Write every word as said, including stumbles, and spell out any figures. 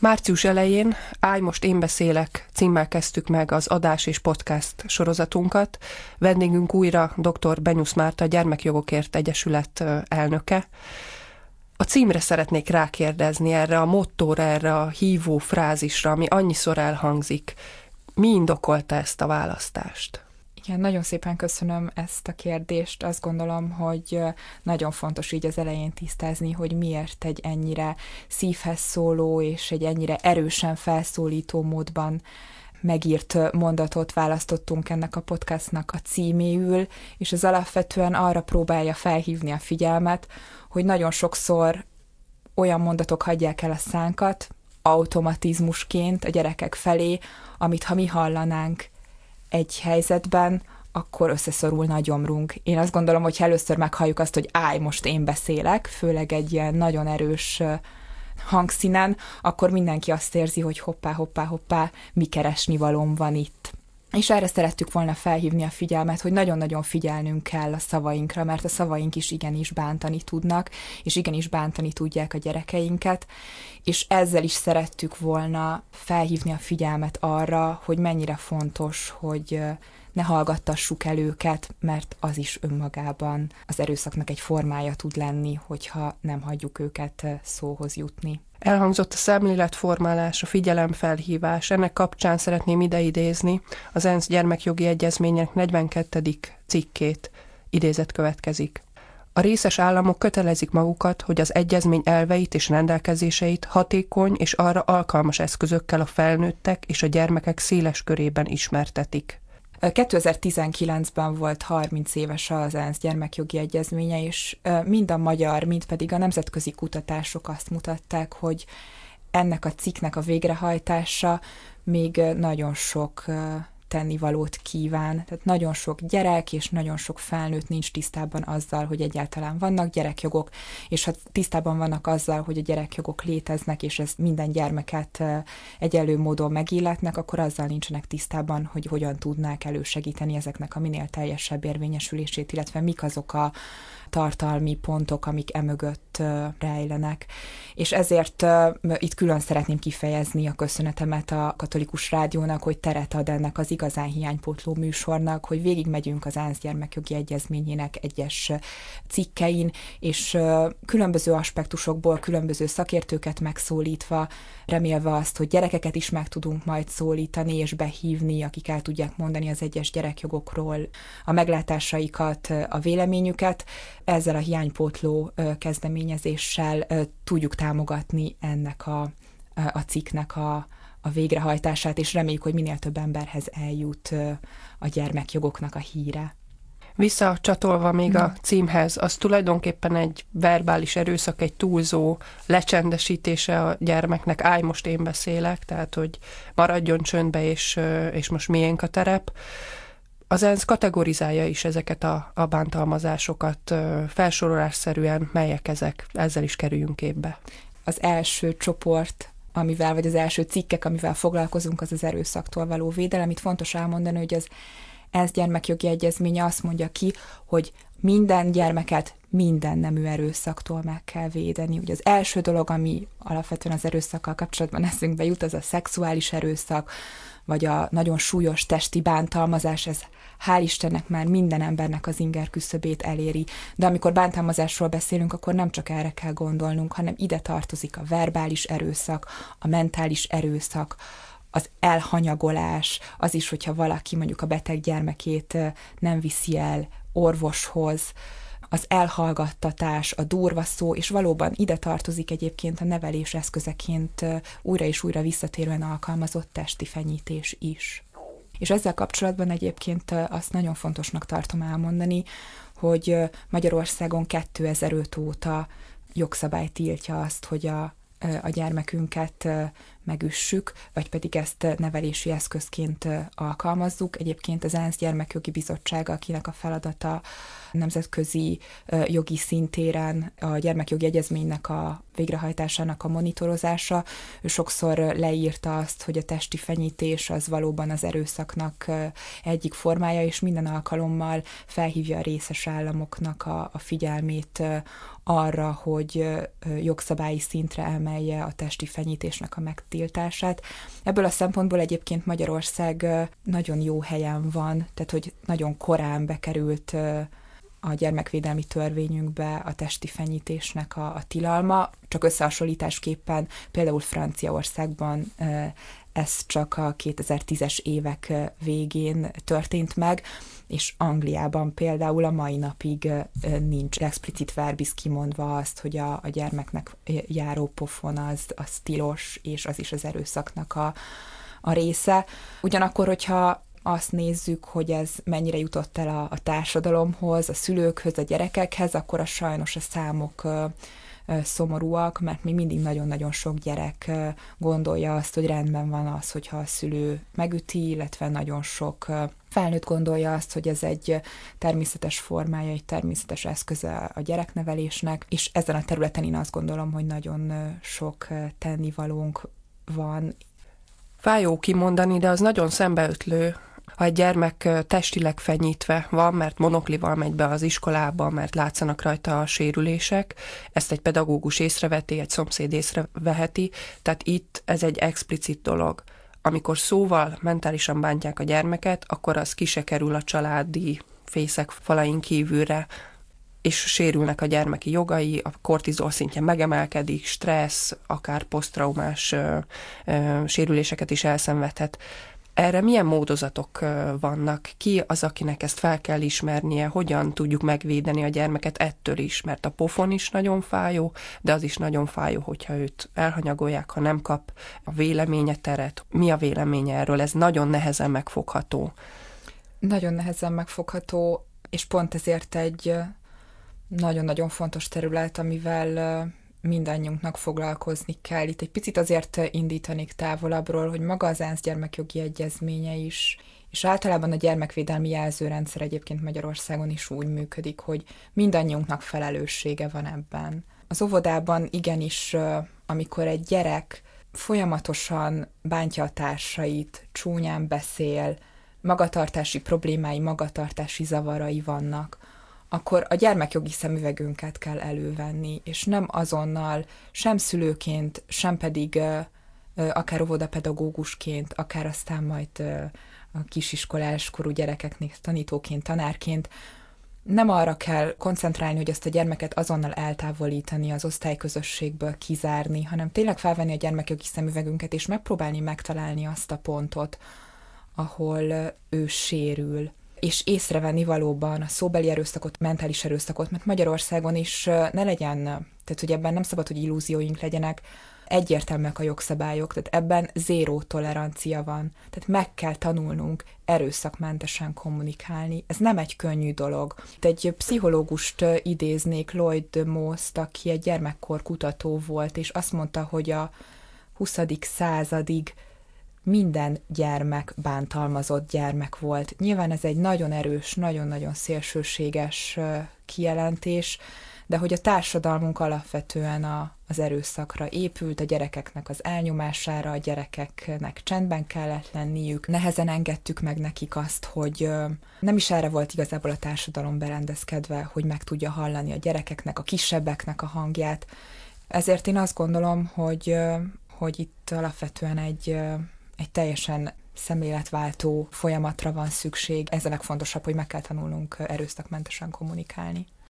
Március elején Állj, most én beszélek címmel kezdtük meg az adás és podcast sorozatunkat. Vendégünk újra dr. Benyusz Márta, a Gyermekjogokért Egyesület elnöke. A címre szeretnék rákérdezni, erre a mottóra, erre a hívó frázisra, ami annyiszor elhangzik. Mi indokolta ezt a választást? Igen, nagyon szépen köszönöm ezt a kérdést. Azt gondolom, hogy nagyon fontos így az elején tisztázni, hogy miért egy ennyire szívhez szóló és egy ennyire erősen felszólító módban megírt mondatot választottunk ennek a podcastnak a címéül, és ez alapvetően arra próbálja felhívni a figyelmet, hogy nagyon sokszor olyan mondatok hagyják el a szánkat automatizmusként a gyerekek felé, amit ha mi hallanánk egy helyzetben, akkor összeszorulna a gyomrunk. Én azt gondolom, hogy ha először meghalljuk azt, hogy állj, most én beszélek, főleg egy ilyen nagyon erős hangszínen, akkor mindenki azt érzi, hogy hoppá, hoppá, hoppá, mi keresni valóm van itt. És erre szerettük volna felhívni a figyelmet, hogy nagyon-nagyon figyelnünk kell a szavainkra, mert a szavaink is igenis bántani tudnak, és igenis bántani tudják a gyerekeinket, és ezzel is szerettük volna felhívni a figyelmet arra, hogy mennyire fontos, hogy ne hallgattassuk el őket, mert az is önmagában az erőszaknak egy formája tud lenni, hogyha nem hagyjuk őket szóhoz jutni. Elhangzott a szemléletformálás, a figyelemfelhívás. Ennek kapcsán szeretném ideidézni az ENSZ gyermekjogi egyezménynek negyvenkettedik cikkét. Idézet következik. A részes államok kötelezik magukat, hogy az egyezmény elveit és rendelkezéseit hatékony és arra alkalmas eszközökkel a felnőttek és a gyermekek széles körében ismertetik. kétezer-tizenkilencben volt harminc éves az ENSZ gyermekjogi egyezménye, és mind a magyar, mind pedig a nemzetközi kutatások azt mutatták, hogy ennek a cikknek a végrehajtása még nagyon sok tennivalót kíván. Tehát nagyon sok gyerek és nagyon sok felnőtt nincs tisztában azzal, hogy egyáltalán vannak gyerekjogok, és ha tisztában vannak azzal, hogy a gyerekjogok léteznek, és ez minden gyermeket egyenlő módon megilletnek, akkor azzal nincsenek tisztában, hogy hogyan tudnák elősegíteni ezeknek a minél teljesebb érvényesülését, illetve mik azok a tartalmi pontok, amik emögött rejlenek. És ezért uh, itt külön szeretném kifejezni a köszönetemet a Katolikus Rádiónak, hogy teret ad ennek az igazán hiánypótló műsornak, hogy végigmegyünk az ENSZ gyermekjogi egyezményének egyes cikkein, és uh, különböző aspektusokból, különböző szakértőket megszólítva, remélve azt, hogy gyerekeket is meg tudunk majd szólítani és behívni, akik el tudják mondani az egyes gyerekjogokról a meglátásaikat, a véleményüket. Ezzel a hiánypótló kezdeményezéssel tudjuk támogatni ennek a, a cikknek a, a végrehajtását, és reméljük, hogy minél több emberhez eljut a gyermekjogoknak a híre. Visszacsatolva még a címhez, az tulajdonképpen egy verbális erőszak, egy túlzó lecsendesítése a gyermeknek, állj, most én beszélek, tehát hogy maradjon csöndbe, és, és most miénk a terep. Az ENSZ kategorizálja is ezeket a, a bántalmazásokat felsorolásszerűen, melyek ezek, ezzel is kerüljünk képbe. Az első csoport, amivel, vagy az első cikkek, amivel foglalkozunk, az az erőszaktól való védelem. Itt fontos elmondani, hogy az ENSZ gyermekjogi egyezménye azt mondja ki, hogy minden gyermeket minden nemű erőszaktól meg kell védeni. Ugye az első dolog, ami alapvetően az erőszakkal kapcsolatban eszünkbe jut, az a szexuális erőszak, vagy a nagyon súlyos testi bántalmazás, ez hál' Istennek már minden embernek az inger küszöbét eléri. De amikor bántalmazásról beszélünk, akkor nem csak erre kell gondolnunk, hanem ide tartozik a verbális erőszak, a mentális erőszak, az elhanyagolás, az is, hogyha valaki mondjuk a beteg gyermekét nem viszi el orvoshoz, az elhallgattatás, a durva szó, és valóban ide tartozik egyébként a nevelés eszközeként újra és újra visszatérően alkalmazott testi fenyítés is. És ezzel kapcsolatban egyébként azt nagyon fontosnak tartom elmondani, hogy Magyarországon kétezer-öt óta jogszabály tiltja azt, hogy a a gyermekünket megüssük, vagy pedig ezt nevelési eszközként alkalmazzuk. Egyébként az ENSZ Gyermekjogi Bizottsága, akinek a feladata nemzetközi jogi szintéren a gyermekjogi egyezménynek a végrehajtásának a monitorozása. Ő sokszor leírta azt, hogy a testi fenyítés az valóban az erőszaknak egyik formája, és minden alkalommal felhívja a részes államoknak a, a figyelmét arra, hogy jogszabályi szintre emelje a testi fenyítésnek a megtiltását. Ebből a szempontból egyébként Magyarország nagyon jó helyen van, tehát hogy nagyon korán bekerült a gyermekvédelmi törvényünkbe a testi fenyítésnek a, a tilalma. Csak összehasonlításképpen például Franciaországban ez csak a kétezer-tízes évek végén történt meg, és Angliában például a mai napig nincs explicit verbis kimondva azt, hogy a, a gyermeknek járó pofon az, az tilos, és az is az erőszaknak a, a része. Ugyanakkor, hogyha azt nézzük, hogy ez mennyire jutott el a, a társadalomhoz, a szülőkhöz, a gyerekekhez, akkor a sajnos a számok ö, ö, szomorúak, mert még mindig nagyon-nagyon sok gyerek ö, gondolja azt, hogy rendben van az, hogyha a szülő megüti, illetve nagyon sok ö, felnőtt gondolja azt, hogy ez egy természetes formája, egy természetes eszköze a gyereknevelésnek, és ezen a területen én azt gondolom, hogy nagyon ö, sok ö, tennivalónk van. Fájó kimondani, de az nagyon szembeötlő, ha egy gyermek testileg fenyítve van, mert monoklival megy be az iskolába, mert látszanak rajta a sérülések, ezt egy pedagógus észreveti, egy szomszéd észreveheti, tehát itt ez egy explicit dolog. Amikor szóval mentálisan bántják a gyermeket, akkor az ki se kerül a családi fészek falain kívülre, és sérülnek a gyermeki jogai, a kortizol szintje megemelkedik, stressz, akár posztraumás ö, ö, sérüléseket is elszenvedhet. Erre milyen módozatok vannak? Ki az, akinek ezt fel kell ismernie? Hogyan tudjuk megvédeni a gyermeket ettől is? Mert a pofon is nagyon fájó, de az is nagyon fájó, hogyha őt elhanyagolják, ha nem kap a véleménye teret. Mi a véleménye erről? Ez nagyon nehezen megfogható. Nagyon nehezen megfogható, és pont ezért egy nagyon-nagyon fontos terület, amivel mindannyiunknak foglalkozni kell. Itt egy picit azért indítanék távolabbról, hogy maga az ENSZ gyermekjogi egyezménye is, és általában a gyermekvédelmi jelzőrendszer egyébként Magyarországon is úgy működik, hogy mindannyiunknak felelőssége van ebben. Az óvodában igenis, amikor egy gyerek folyamatosan bántja a társait, csúnyán beszél, magatartási problémái, magatartási zavarai vannak, akkor a gyermekjogi szemüvegünket kell elővenni, és nem azonnal, sem szülőként, sem pedig akár óvodapedagógusként, akár aztán majd a kisiskolás korú gyerekeknél tanítóként, tanárként, nem arra kell koncentrálni, hogy azt a gyermeket azonnal eltávolítani, az osztályközösségből kizárni, hanem tényleg felvenni a gyermekjogi szemüvegünket, és megpróbálni megtalálni azt a pontot, ahol ő sérül, és észrevenni valóban a szóbeli erőszakot, mentális erőszakot, mert Magyarországon is ne legyen, tehát hogy ebben nem szabad, hogy illúzióink legyenek, egyértelműek a jogszabályok, tehát ebben zéró tolerancia van. Tehát meg kell tanulnunk erőszakmentesen kommunikálni. Ez nem egy könnyű dolog. Egy pszichológust idéznék, Lloyd Most, aki egy gyermekkor kutató volt, és azt mondta, hogy a huszadik századig minden gyermek bántalmazott gyermek volt. Nyilván ez egy nagyon erős, nagyon-nagyon szélsőséges kijelentés, de hogy a társadalmunk alapvetően a, az erőszakra épült, a gyerekeknek az elnyomására, a gyerekeknek csendben kellett lenniük, nehezen engedtük meg nekik azt, hogy nem is erre volt igazából a társadalom berendezkedve, hogy meg tudja hallani a gyerekeknek, a kisebbeknek a hangját. Ezért én azt gondolom, hogy, hogy itt alapvetően egy egy teljesen szemléletváltó folyamatra van szükség. Ez a legfontosabb, hogy meg kell tanulnunk erőszakmentesen kommunikálni.